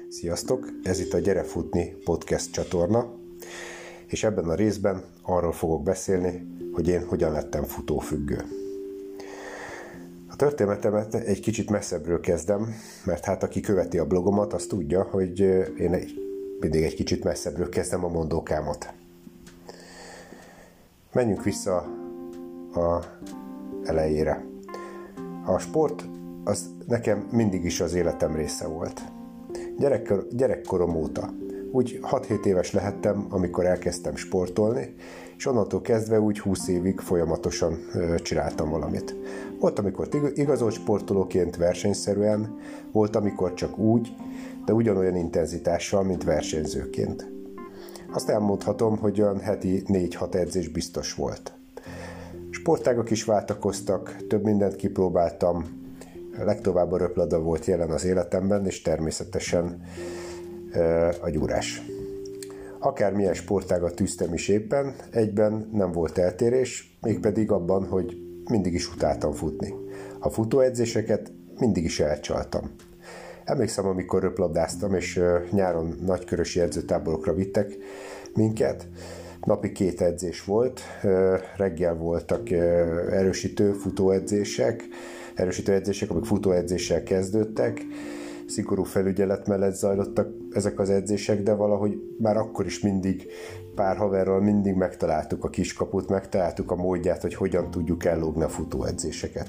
Sziasztok! Ez itt a Gyere Futni podcast csatorna, és ebben a részben arról fogok beszélni, hogy én hogyan lettem futófüggő. A történetemet egy kicsit messzebbről kezdem, mert hát aki követi a blogomat, az tudja, hogy én mindig egy kicsit messzebbről kezdem a mondókámat. Menjünk vissza a elejére. A sport az nekem mindig is az életem része volt. Gyerekkorom óta. Úgy 6-7 éves lehettem, amikor elkezdtem sportolni, és onnantól kezdve úgy 20 évig folyamatosan csináltam valamit. Volt, amikor igazolt sportolóként versenyszerűen, volt, amikor csak úgy, de ugyanolyan intenzitással, mint versenyzőként. Azt elmondhatom, hogy olyan heti 4-6 edzés biztos volt. Sportágak is váltakoztak, több mindent kipróbáltam, legtovább a röplabda volt jelen az életemben, és természetesen a gyúrás. Akármilyen sportágat tűztem is éppen, egyben nem volt eltérés, mégpedig abban, hogy mindig is utáltam futni. A futóedzéseket mindig is elcsaltam. Emlékszem, amikor röplabdáztam, és nyáron nagykörösi edzőtáborokra vittek minket, napi 2 edzés volt, reggel voltak erősítő edzések, amik futóedzéssel kezdődtek, szigorú felügyelet mellett zajlottak ezek az edzések, de valahogy már akkor is mindig pár haverral mindig megtaláltuk a kiskaput, megtaláltuk a módját, hogy hogyan tudjuk ellógni a futóedzéseket.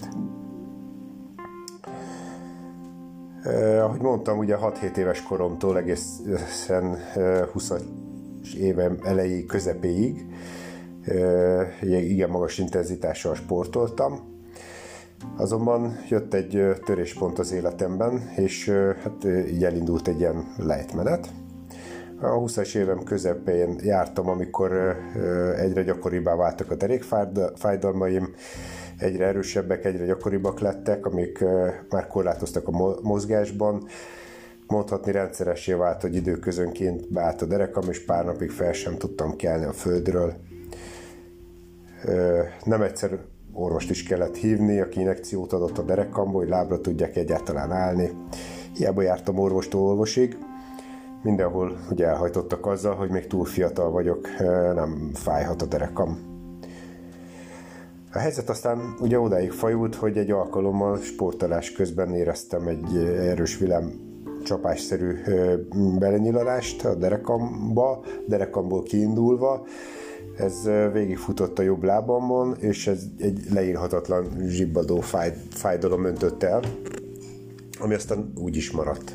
Ahogy mondtam, ugye 6-7 éves koromtól egészen 20 évem elejéig, közepéig igen magas intenzitással sportoltam. Azonban jött egy töréspont az életemben, és hát így elindult egy ilyen lejtmenet. A 20-as évem közepén jártam, amikor egyre gyakoribbá váltak a derékfájdalmaim, egyre erősebbek, egyre gyakoribbak lettek, amik már korlátoztak a mozgásban. Mondhatni rendszeressé vált, hogy időközönként beállt a derekam, és pár napig fel sem tudtam kelni a földről. Nem egyszer orvost is kellett hívni, aki injekciót adott a derekamba, hogy lábra tudjak egyáltalán állni. Hiába jártam orvostól orvosig, mindenhol ugye elhajtottak azzal, hogy még túl fiatal vagyok, nem fájhat a derekam. A helyzet aztán ugye odáig fajult, hogy egy alkalommal sportolás közben éreztem egy erős villámcsapásszerű belenyilalást a derekamból kiindulva. Ez végigfutott a jobb lábamon, és ez egy leírhatatlan zsibbadó fájdalom öntött el, ami aztán úgy is maradt.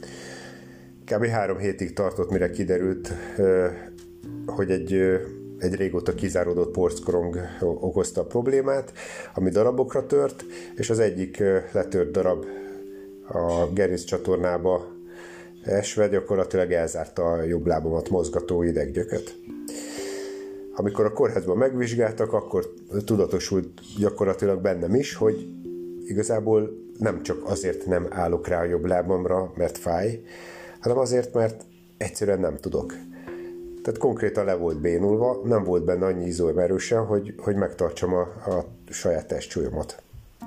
Kb. 3 hétig tartott, mire kiderült, hogy egy régóta kizáródott porckorong okozta a problémát, ami darabokra tört, és az egyik letört darab a gerinccsatornába esve gyakorlatilag elzárta a jobb lábamat mozgató ideggyököt. Amikor a kórházban megvizsgáltak, akkor tudatosult gyakorlatilag bennem is, hogy igazából nem csak azért nem állok rá a jobb lábamra, mert fáj, hanem azért, mert egyszerűen nem tudok. Tehát konkrétan le volt bénulva, nem volt benne annyi izóerősen, hogy megtartsam a saját testsúlyomat.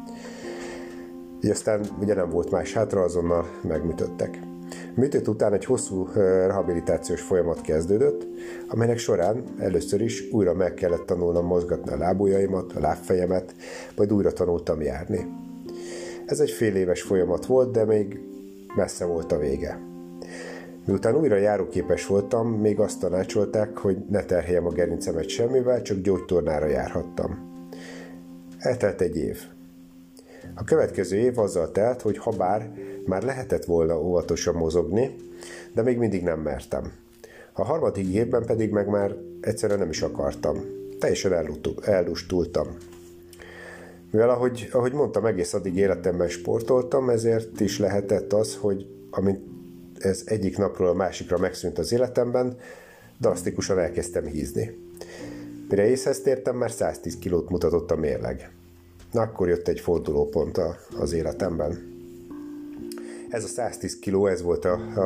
Így aztán ugye nem volt más hátra, azonnal megműtöttek. Műtét után egy hosszú rehabilitációs folyamat kezdődött, amelynek során először is újra meg kellett tanulnom mozgatni a lábujjaimat, a lábfejemet, majd újra tanultam járni. Ez egy fél éves folyamat volt, de még messze volt a vége. Miután újra járóképes voltam, még azt tanácsolták, hogy ne terheljem a gerincemet semmivel, csak gyógytornára járhattam. Eltelt egy év. A következő év azzal telt, hogy habár már lehetett volna óvatosan mozogni, de még mindig nem mertem. A harmadik évben pedig meg már egyszerűen nem is akartam. Teljesen ellustultam. Mivel ahogy mondtam, egész addig életemben sportoltam, ezért is lehetett az, hogy amint ez egyik napról a másikra megszűnt az életemben, drasztikusan elkezdtem hízni. Mire észhez tértem, már 110 kilót mutatott a mérleg. Na, akkor jött egy fordulópont az életemben. Ez a 110 kiló, ez volt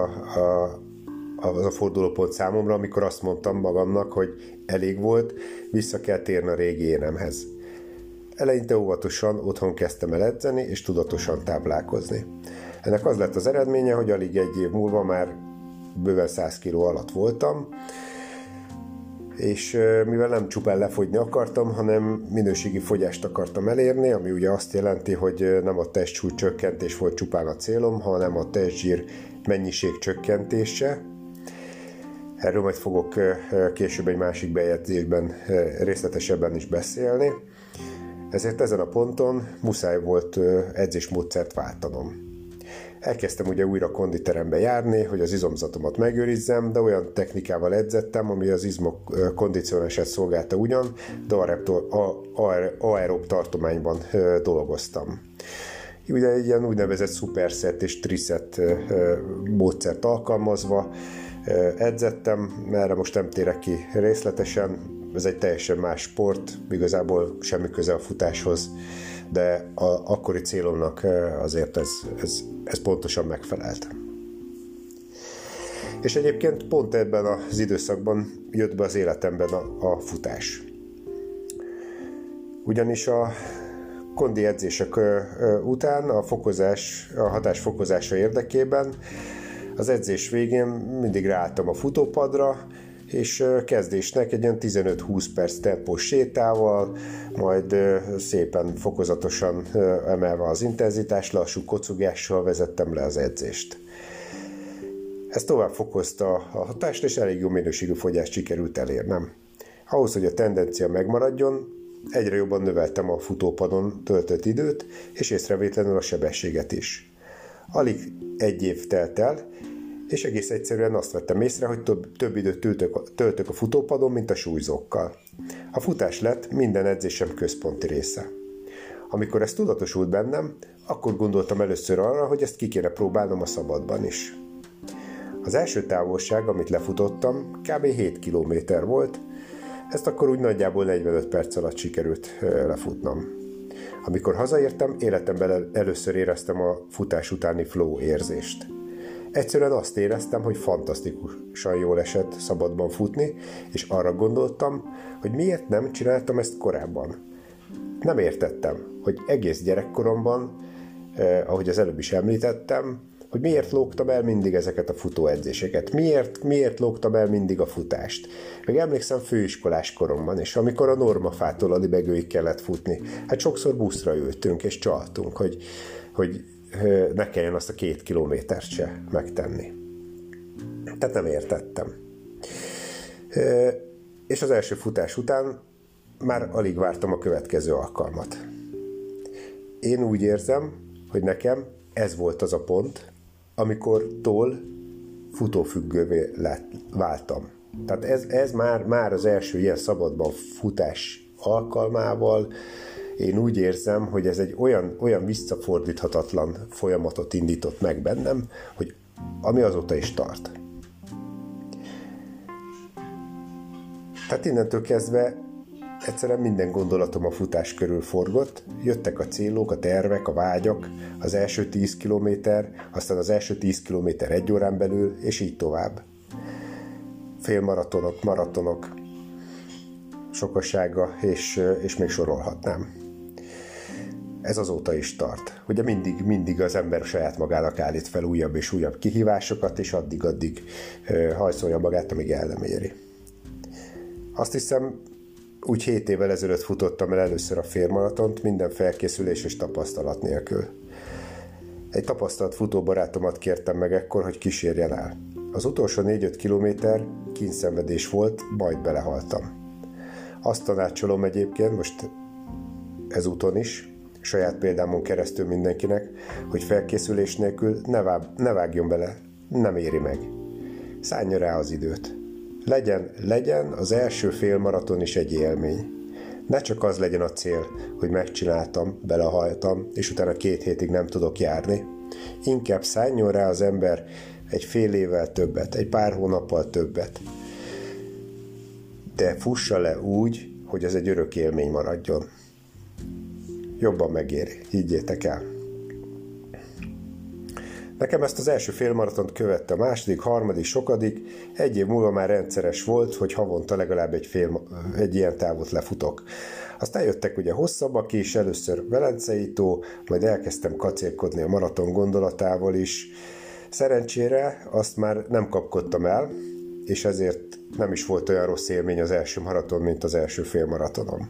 az a fordulópont számomra, amikor azt mondtam magamnak, hogy elég volt, vissza kell térni a régi énemhez. Eleinte óvatosan otthon kezdtem el edzeni, és tudatosan táplálkozni. Ennek az lett az eredménye, hogy alig egy év múlva már bőven 100 kg alatt voltam, és mivel nem csupán lefogyni akartam, hanem minőségi fogyást akartam elérni, ami ugye azt jelenti, hogy nem a testsúly csökkentés volt csupán a célom, hanem a testzsír mennyiség csökkentése. Erről majd fogok később egy másik bejegyzésben részletesebben is beszélni. Ezért ezen a ponton muszáj volt edzésmódszert váltanom. Elkezdtem ugye újra konditerembe járni, hogy az izomzatomat megőrizzem, de olyan technikával edzettem, ami az izmok kondicionálását szolgálta ugyan, de aerob tartományban dolgoztam. Ugye egy ilyen úgynevezett superset és triset módszert alkalmazva edzettem, erre most nem térek ki részletesen, ez egy teljesen más sport, igazából semmi köze a futáshoz, de akkori célomnak azért ez pontosan megfelelt. És egyébként pont ebben az időszakban jött be az életemben a futás. Ugyanis a kondi edzések után a hatás fokozása érdekében az edzés végén mindig ráálltam a futópadra, és kezdésnek egy olyan 15-20 perc tempós sétával, majd szépen fokozatosan emelve az intenzitást, lassú kocogással vezettem le az edzést. Ez tovább fokozta a hatást, és elég jó minőségű fogyást sikerült elérnem. Ahhoz, hogy a tendencia megmaradjon, egyre jobban növeltem a futópadon töltött időt, és észrevétlenül a sebességet is. Alig egy év telt el, és egész egyszerűen azt vettem észre, hogy több időt töltök a futópadon, mint a súlyzókkal. A futás lett minden edzésem központi része. Amikor ez tudatosult bennem, akkor gondoltam először arra, hogy ezt ki kéne próbálnom a szabadban is. Az első távolság, amit lefutottam, kb. 7 km volt, ezt akkor úgy nagyjából 45 perc alatt sikerült lefutnom. Amikor hazaértem, életemben először éreztem a futás utáni flow érzést. Egyszerűen azt éreztem, hogy fantasztikusan jól esett szabadban futni, és arra gondoltam, hogy miért nem csináltam ezt korábban. Nem értettem, hogy egész gyerekkoromban, ahogy az előbb is említettem, hogy miért lógtam el mindig ezeket a futóedzéseket, miért lógtam el mindig a futást. Meg emlékszem főiskolás koromban is, amikor a Normafától a Libegőig kellett futni. Hát sokszor buszra ültünk és csaltunk, hogy ne kelljen azt a 2 kilométert se megtenni. Tehát nem értettem. És az első futás után már alig vártam a következő alkalmat. Én úgy érzem, hogy nekem ez volt az a pont, amikor futófüggővé váltam. Tehát ez már az első ilyen szabadban futás alkalmával én úgy érzem, hogy ez egy olyan visszafordíthatatlan folyamatot indított meg bennem, hogy ami azóta is tart. Tehát innentől kezdve egyszerűen minden gondolatom a futás körül forgott, jöttek a célok, a tervek, a vágyak, az első 10 kilométer, aztán az első 10 kilométer 1 órán belül, és így tovább. Félmaratonok, maratonok, sokasága, és még sorolhatnám. Ez azóta is tart. Ugye mindig az ember saját magának állít fel újabb és újabb kihívásokat, és addig hajszolja magát, amíg el nem éri. Azt hiszem, úgy 7 évvel ezelőtt futottam el először a félmaratont, minden felkészülés és tapasztalat nélkül. Egy tapasztalt futóbarátomat kértem meg ekkor, hogy kísérjen el. Az utolsó 4-5 kilométer kínszenvedés volt, majd belehaltam. Azt tanácsolom egyébként, most ezúton is, saját példámon keresztül mindenkinek, hogy felkészülés nélkül ne vágjon bele, nem éri meg. Szánja rá az időt. Legyen az első félmaraton is egy élmény. Ne csak az legyen a cél, hogy megcsináltam, belehaltam, és utána 2 hétig nem tudok járni. Inkább szálljon rá az ember egy fél évvel többet, egy pár hónappal többet. De fussa le úgy, hogy ez egy örök élmény maradjon. Jobban megéri, higgyétek el. Nekem ezt az első félmaratont követte a második, harmadik, sokadik, egy év múlva már rendszeres volt, hogy havonta legalább egy ilyen távot lefutok. Aztán jöttek ugye hosszabbak is, először Velencei tó, majd elkezdtem kacérkodni a maraton gondolatával is. Szerencsére azt már nem kapkodtam el, és ezért nem is volt olyan rossz élmény az első maraton, mint az első félmaratonom.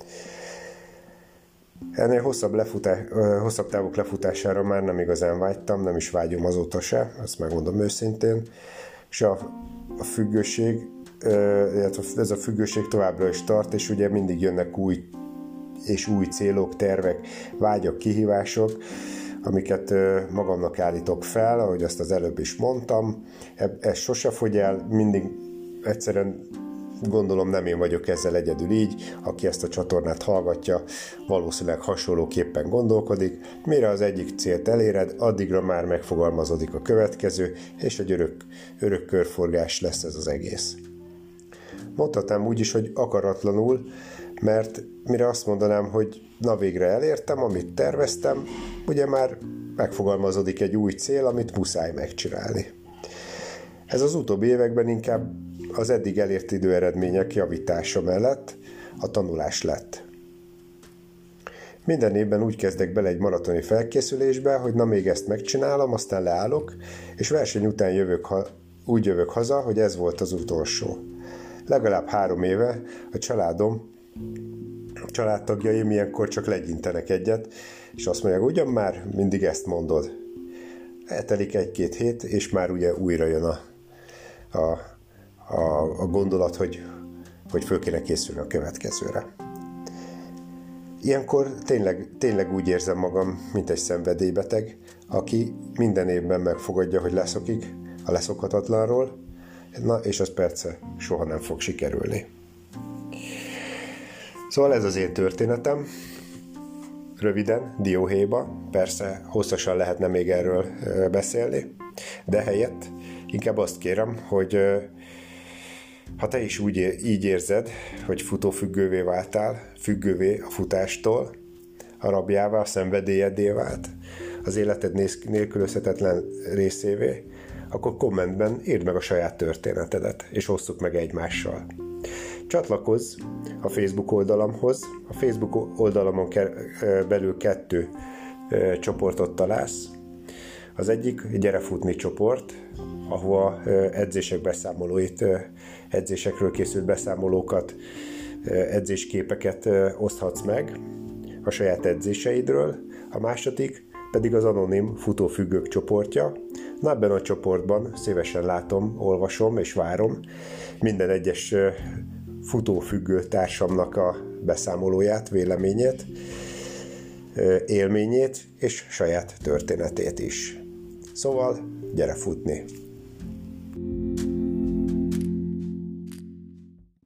Ennél hosszabb távok lefutására már nem igazán vágytam, nem is vágyom azóta se, ezt megmondom őszintén, és a függőség, ez a függőség továbbra is tart, és ugye mindig jönnek új célok, tervek, vágyak, kihívások, amiket magamnak állítok fel, ahogy azt az előbb is mondtam. Ez sose fogy el, mindig egyszerűen gondolom nem én vagyok ezzel egyedül így, aki ezt a csatornát hallgatja, valószínűleg hasonlóképpen gondolkodik. Mire az egyik célt eléred, addigra már megfogalmazódik a következő, és egy örök körforgás lesz ez az egész. Mondhatnám úgy is, hogy akaratlanul, mert mire azt mondanám, hogy na végre elértem, amit terveztem, ugye már megfogalmazódik egy új cél, amit muszáj megcsinálni. Ez az utóbbi években inkább az eddig elért időeredmények javítása mellett a tanulás lett. Minden évben úgy kezdek bele egy maratoni felkészülésbe, hogy na még ezt megcsinálom, aztán leállok, és verseny után úgy jövök haza, hogy ez volt az utolsó. Legalább 3 éve a családtagjaim ilyenkor csak legyintenek egyet, és azt mondják, ugyan már mindig ezt mondod. Eltelik 1-2 hét, és már ugye újra jön a gondolat, hogy föl kéne készülni a következőre. Ilyenkor tényleg úgy érzem magam, mint egy szenvedélybeteg, aki minden évben megfogadja, hogy leszokik a leszokhatatlanról, na és az persze soha nem fog sikerülni. Szóval ez az én történetem, röviden, dióhéjba, persze hosszasan lehetne még erről beszélni, de helyett inkább azt kérem, hogy ha te is így érzed, hogy futófüggővé váltál, függővé a futástól, a rabjává, a szenvedélyeddé vált, az életed nélkülözhetetlen részévé, akkor kommentben írd meg a saját történetedet, és osszuk meg egymással. Csatlakozz a Facebook oldalamhoz. A Facebook oldalamon belül 2 csoportot találsz. Az egyik Gyere futni csoport, ahova edzésekről készült beszámolókat, edzésképeket oszthatsz meg a saját edzéseidről. A második pedig az anonim futófüggők csoportja. Na, ebben a csoportban szívesen látom, olvasom és várom minden egyes futófüggő társamnak a beszámolóját, véleményét, élményét és saját történetét is. Szóval gyere futni!